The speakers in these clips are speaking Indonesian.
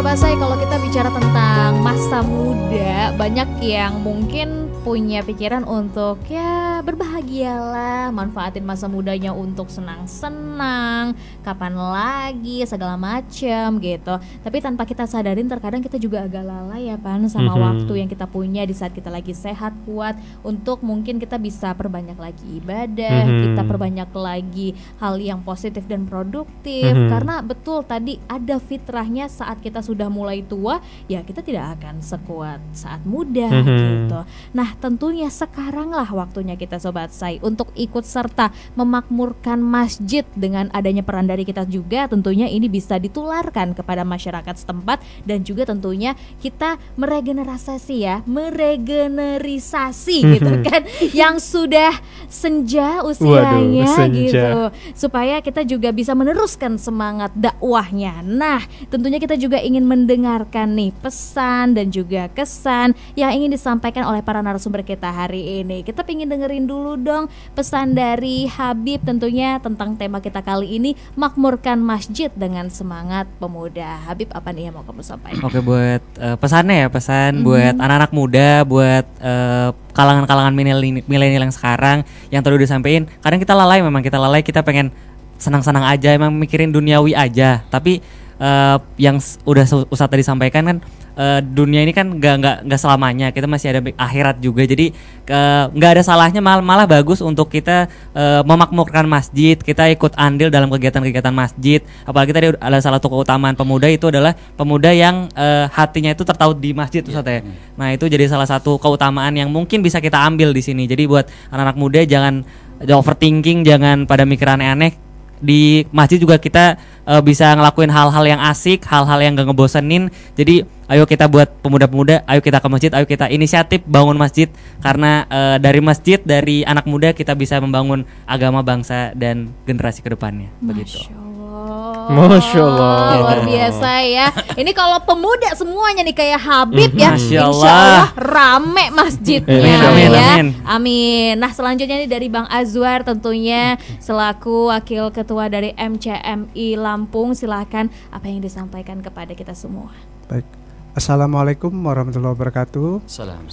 Sobat Say, kalau kita bicara tentang masa muda, banyak yang mungkin punya pikiran untuk ya berbahagialah, manfaatin masa mudanya untuk senang-senang, kapan lagi, segala macam gitu. Tapi tanpa kita sadarin terkadang kita juga agak lalai ya Pan sama waktu yang kita punya di saat kita lagi sehat, kuat, untuk mungkin kita bisa perbanyak lagi ibadah, kita perbanyak lagi hal yang positif dan produktif. Karena betul tadi ada fitrahnya saat kita sudah mulai tua, ya kita tidak akan sekuat saat muda gitu. Nah tentunya sekarang lah waktunya kita Sobat Say untuk ikut serta memakmurkan masjid. Dengan adanya peran dari kita juga tentunya ini bisa ditularkan kepada masyarakat setempat, dan juga tentunya kita meregenerasi gitu kan yang sudah senja usianya gitu, supaya kita juga bisa meneruskan semangat dakwahnya. Nah tentunya kita juga ingin mendengarkan nih pesan dan juga kesan yang ingin disampaikan oleh para narasumber kita hari ini. Kita pengen dengerin dulu dong pesan dari Habib tentunya tentang tema kita kali ini, makmurkan masjid dengan semangat pemuda. Habib, apa nih yang mau kamu sampaikan? Oke, buat pesannya ya, pesan buat anak-anak muda, buat kalangan-kalangan milenial yang sekarang yang tadi udah disampaikan. Kadang kita lalai, kita pengen senang-senang aja, emang mikirin duniawi aja. Tapi yang udah Ustadz tadi sampaikan kan, dunia ini kan nggak selamanya, kita masih ada akhirat juga. Jadi nggak ada salahnya, malah bagus untuk kita memakmurkan masjid, kita ikut andil dalam kegiatan-kegiatan masjid. Apalagi tadi ada salah satu keutamaan pemuda, itu adalah pemuda yang hatinya itu tertaut di masjid, Ustaz ya. Nah itu jadi salah satu keutamaan yang mungkin bisa kita ambil di sini. Jadi buat anak-anak muda jangan overthinking, jangan pada mikir aneh-aneh. Di masjid juga kita bisa ngelakuin hal-hal yang asik, hal-hal yang gak ngebosenin. Jadi ayo kita buat pemuda-pemuda, ayo kita ke masjid, ayo kita inisiatif bangun masjid. Karena dari masjid, dari anak muda kita bisa membangun agama, bangsa, dan generasi kedepannya. Begitu. Masya Allah, luar biasa ya. Ini kalau pemuda semuanya nih kayak Habib ya, Masya insya Allah rame masjidnya Amin. Nah selanjutnya nih dari Bang Azwar tentunya selaku Wakil Ketua dari MCMI Lampung, silahkan apa yang disampaikan kepada kita semua. Baik, Assalamualaikum warahmatullahi wabarakatuh.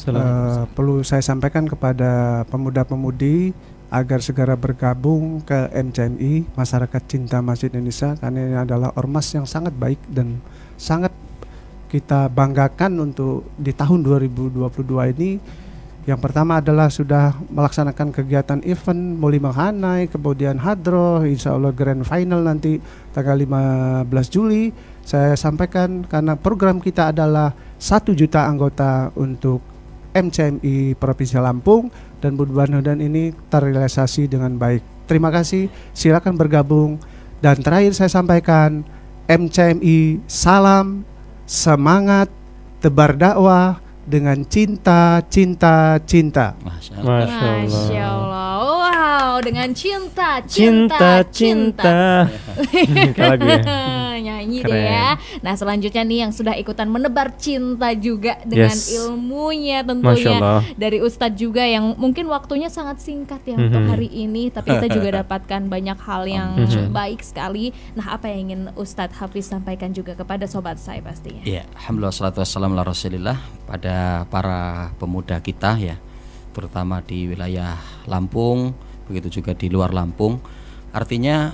Perlu saya sampaikan kepada pemuda-pemudi agar segera bergabung ke MCMI, Masyarakat Cinta Masjid Indonesia, karena ini adalah ormas yang sangat baik dan sangat kita banggakan untuk di tahun 2022 ini. Yang pertama adalah sudah melaksanakan kegiatan event Mulimah Hanai, kemudian Hadroh, insya Allah Grand Final nanti tanggal 15 Juli. Saya sampaikan karena program kita adalah 1 juta anggota untuk MCMI Provinsi Lampung, dan mudah-mudahan ini terrealisasi dengan baik. Terima kasih, silakan bergabung. Dan terakhir saya sampaikan, MCMI salam semangat tebar dakwah dengan cinta. Masya Allah. Wow, dengan cinta. Lagu ya. Nyanyi Keren. deh ya. Nah selanjutnya nih yang sudah ikutan menebar cinta juga dengan ilmunya tentunya dari Ustadz juga, yang mungkin waktunya sangat singkat ya untuk hari ini, tapi kita juga dapatkan banyak hal yang baik sekali. Nah apa yang ingin Ustadz Hafiz sampaikan juga kepada Sobat Say pastinya? Ya, alhamdulillah, salatu wassalamu ala rasulillah, pada para pemuda kita ya, terutama di wilayah Lampung, begitu juga di luar Lampung. Artinya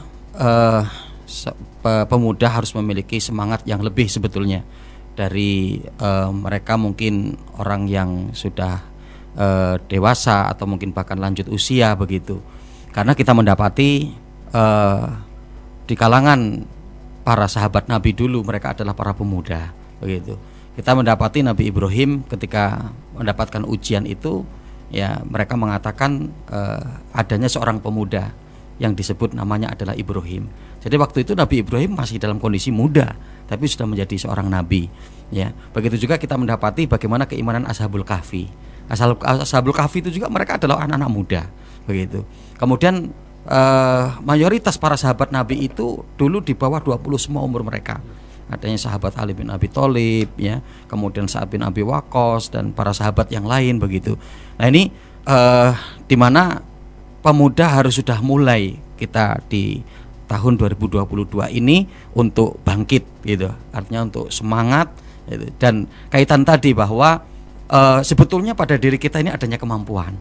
pemuda harus memiliki semangat yang lebih sebetulnya dari mereka mungkin orang yang sudah dewasa atau mungkin bahkan lanjut usia begitu. Karena kita mendapati di kalangan para sahabat Nabi dulu, mereka adalah para pemuda begitu. Kita mendapati Nabi Ibrahim ketika mendapatkan ujian itu, ya mereka mengatakan adanya seorang pemuda yang disebut namanya adalah Ibrahim. Jadi waktu itu Nabi Ibrahim masih dalam kondisi muda, tapi sudah menjadi seorang nabi. Ya, begitu juga kita mendapati bagaimana keimanan Ashabul Kahfi. Ashabul Kahfi itu juga mereka adalah anak-anak muda, begitu. Kemudian mayoritas para sahabat Nabi itu dulu di bawah 20 semua umur mereka. Adanya sahabat Ali bin Abi Thalib, ya, kemudian Sa'ad bin Abi Waqqas dan para sahabat yang lain begitu. Nah ini di mana pemuda harus sudah mulai kita tahun 2022 ini untuk bangkit gitu. Artinya untuk semangat gitu. Dan kaitan tadi bahwa sebetulnya pada diri kita ini adanya kemampuan.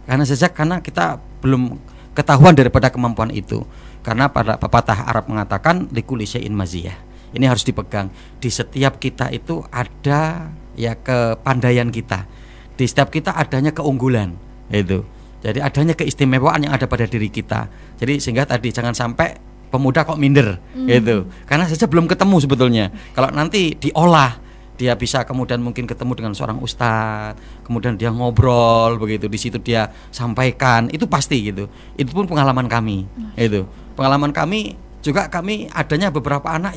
Karena kita belum ketahuan daripada kemampuan itu. Karena pada pepatah Arab mengatakan likulli syai'in maziyah. Ini harus dipegang. Di setiap kita itu ada ya kepandaian kita. Di setiap kita adanya keunggulan itu. Jadi adanya keistimewaan yang ada pada diri kita. Jadi sehingga tadi jangan sampai pemuda kok minder gitu. Karena saja belum ketemu sebetulnya. Kalau nanti diolah, dia bisa kemudian mungkin ketemu dengan seorang ustadz, kemudian dia ngobrol begitu, di situ dia sampaikan, itu pasti gitu. Itu pun pengalaman kami. Itu. Pengalaman kami juga, kami adanya beberapa anak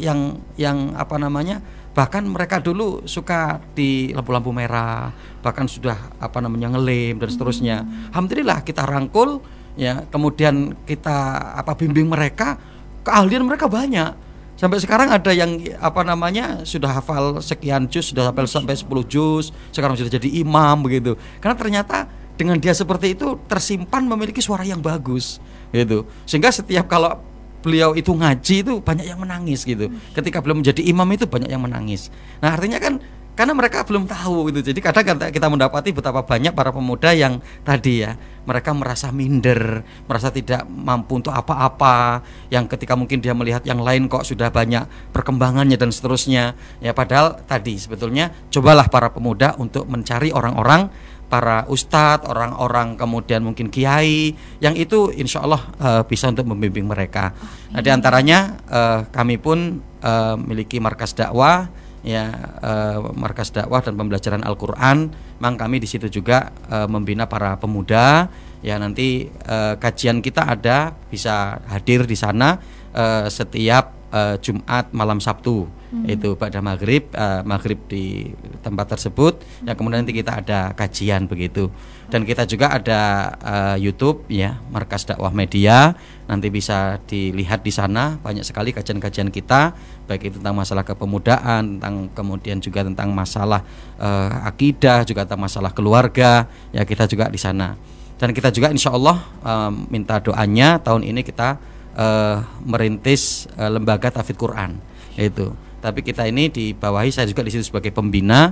yang apa namanya, bahkan mereka dulu suka di lampu-lampu merah, bahkan sudah apa namanya ngelem dan seterusnya. Alhamdulillah kita rangkul ya, kemudian kita bimbing mereka, keahlian mereka banyak. Sampai sekarang ada yang apa namanya sudah hafal sekian juz, sudah hafal sampai 10 juz, sekarang sudah jadi imam begitu. Karena ternyata dengan dia seperti itu tersimpan memiliki suara yang bagus gitu. Sehingga setiap kalau beliau itu ngaji itu banyak yang menangis gitu. Ketika belum menjadi imam itu banyak yang menangis. Nah, artinya kan karena mereka belum tahu gitu. Jadi kadang kita mendapati betapa banyak para pemuda yang tadi ya, mereka merasa minder, merasa tidak mampu untuk apa-apa, yang ketika mungkin dia melihat yang lain kok sudah banyak perkembangannya dan seterusnya. Ya padahal tadi sebetulnya cobalah para pemuda untuk mencari orang-orang, para ustadz, orang-orang kemudian mungkin kiai yang itu insya Allah bisa untuk membimbing mereka. Nah, di antaranya kami pun memiliki markas dakwah ya, markas dakwah dan pembelajaran Al-Quran. Memang kami di situ juga membina para pemuda. Ya nanti kajian kita ada, bisa hadir di sana setiap Jumat malam Sabtu. Itu pada maghrib di tempat tersebut. Ya kemudian nanti kita ada kajian begitu. Dan kita juga ada YouTube ya, Markas Dakwah Media. Nanti bisa dilihat di sana banyak sekali kajian-kajian kita, baik itu tentang masalah kepemudaan, tentang kemudian juga tentang masalah akidah, juga tentang masalah keluarga. Ya kita juga di sana. Dan kita juga insya Allah minta doanya tahun ini kita merintis lembaga tahfidz Quran itu. Tapi kita ini dibawahi, saya juga di situ sebagai pembina,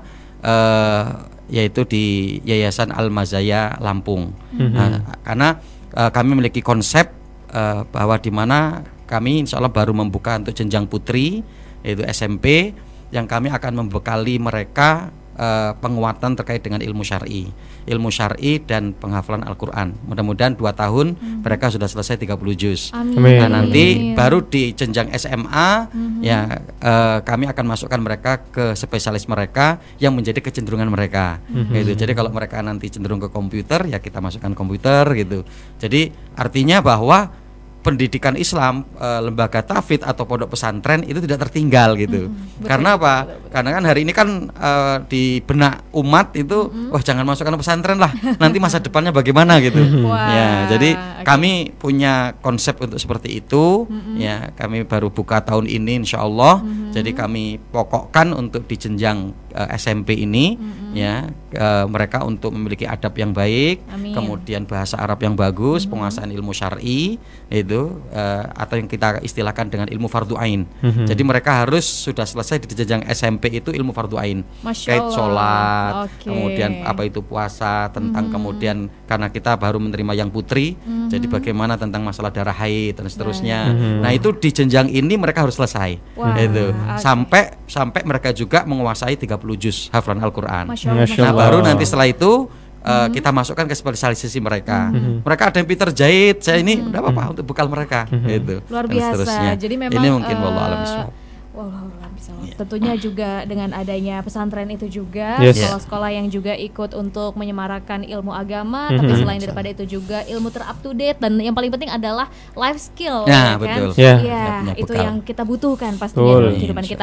yaitu di Yayasan Al-Mazaya Lampung. Nah, karena kami memiliki konsep bahwa di mana kami insya Allah baru membuka untuk jenjang putri, yaitu SMP, yang kami akan membekali mereka penguatan terkait dengan ilmu syar'i dan penghafalan Al-Quran. Mudah-mudahan 2 tahun mereka sudah selesai 30 juz. Nah nanti baru di jenjang SMA ya kami akan masukkan mereka ke spesialis mereka yang menjadi kecenderungan mereka. Gitu. Jadi kalau mereka nanti cenderung ke komputer ya kita masukkan komputer gitu. Jadi artinya bahwa pendidikan Islam, lembaga tahfidz atau pondok pesantren itu tidak tertinggal gitu. Karena apa? Karena kan hari ini kan di benak umat itu, wah jangan masukkan pesantren lah, nanti masa depannya bagaimana gitu. Ya, jadi kami punya konsep untuk seperti itu. Ya, kami baru buka tahun ini, insya Allah. Jadi kami pokokkan untuk di jenjang SMP ini, ya mereka untuk memiliki adab yang baik, kemudian bahasa Arab yang bagus, penguasaan ilmu syar'i itu. Atau yang kita istilahkan dengan ilmu fardu ain. Jadi mereka harus sudah selesai di jenjang SMP itu ilmu fardu ain. Kait sholat, kemudian apa itu puasa, tentang kemudian karena kita baru menerima yang putri, jadi bagaimana tentang masalah darah haid dan seterusnya. Nah itu di jenjang ini mereka harus selesai. Itu sampai mereka juga menguasai 30 juz hafalan Al-Quran. Nah baru nanti setelah itu kita masukkan ke spesialisasi mereka. Mereka ada yang pinter jahit, saya ini udah apa-apa untuk bekal mereka. Gitu. Luar biasa. Jadi memang ini mungkin wallahu a'lam bishawab. Tentunya juga dengan adanya pesantren itu juga sekolah-sekolah yang juga ikut untuk menyemarakan ilmu agama, tapi selain daripada itu juga ilmu ter-up to date, dan yang paling penting adalah life skill. Ya, betul. Kan? Ya, itu yang kita butuhkan pastinya dalam kehidupan kita.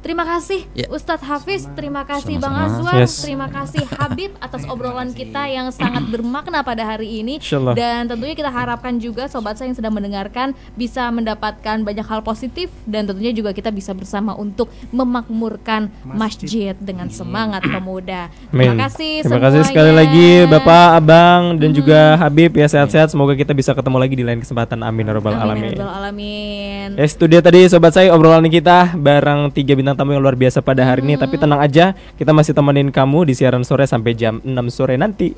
Terima kasih Ustadz Hafiz, terima kasih Bang Azwar, terima kasih Habib atas obrolan kita yang sangat bermakna pada hari ini. Dan tentunya kita harapkan juga sobat saya yang sedang mendengarkan bisa mendapatkan banyak hal positif, dan tentunya juga kita bisa bersama untuk memakmurkan masjid dengan semangat pemuda. Terima kasih semuanya. Terima kasih sekali lagi Bapak, Abang dan juga Habib ya, sehat-sehat. Semoga kita bisa ketemu lagi di lain kesempatan. Amin ya rabbal alamin. Itu dia tadi sobat saya obrolan kita bareng 3 bintang tamu yang luar biasa pada hari ini. Tapi tenang aja, kita masih temenin kamu di siaran sore sampai jam 6 sore nanti.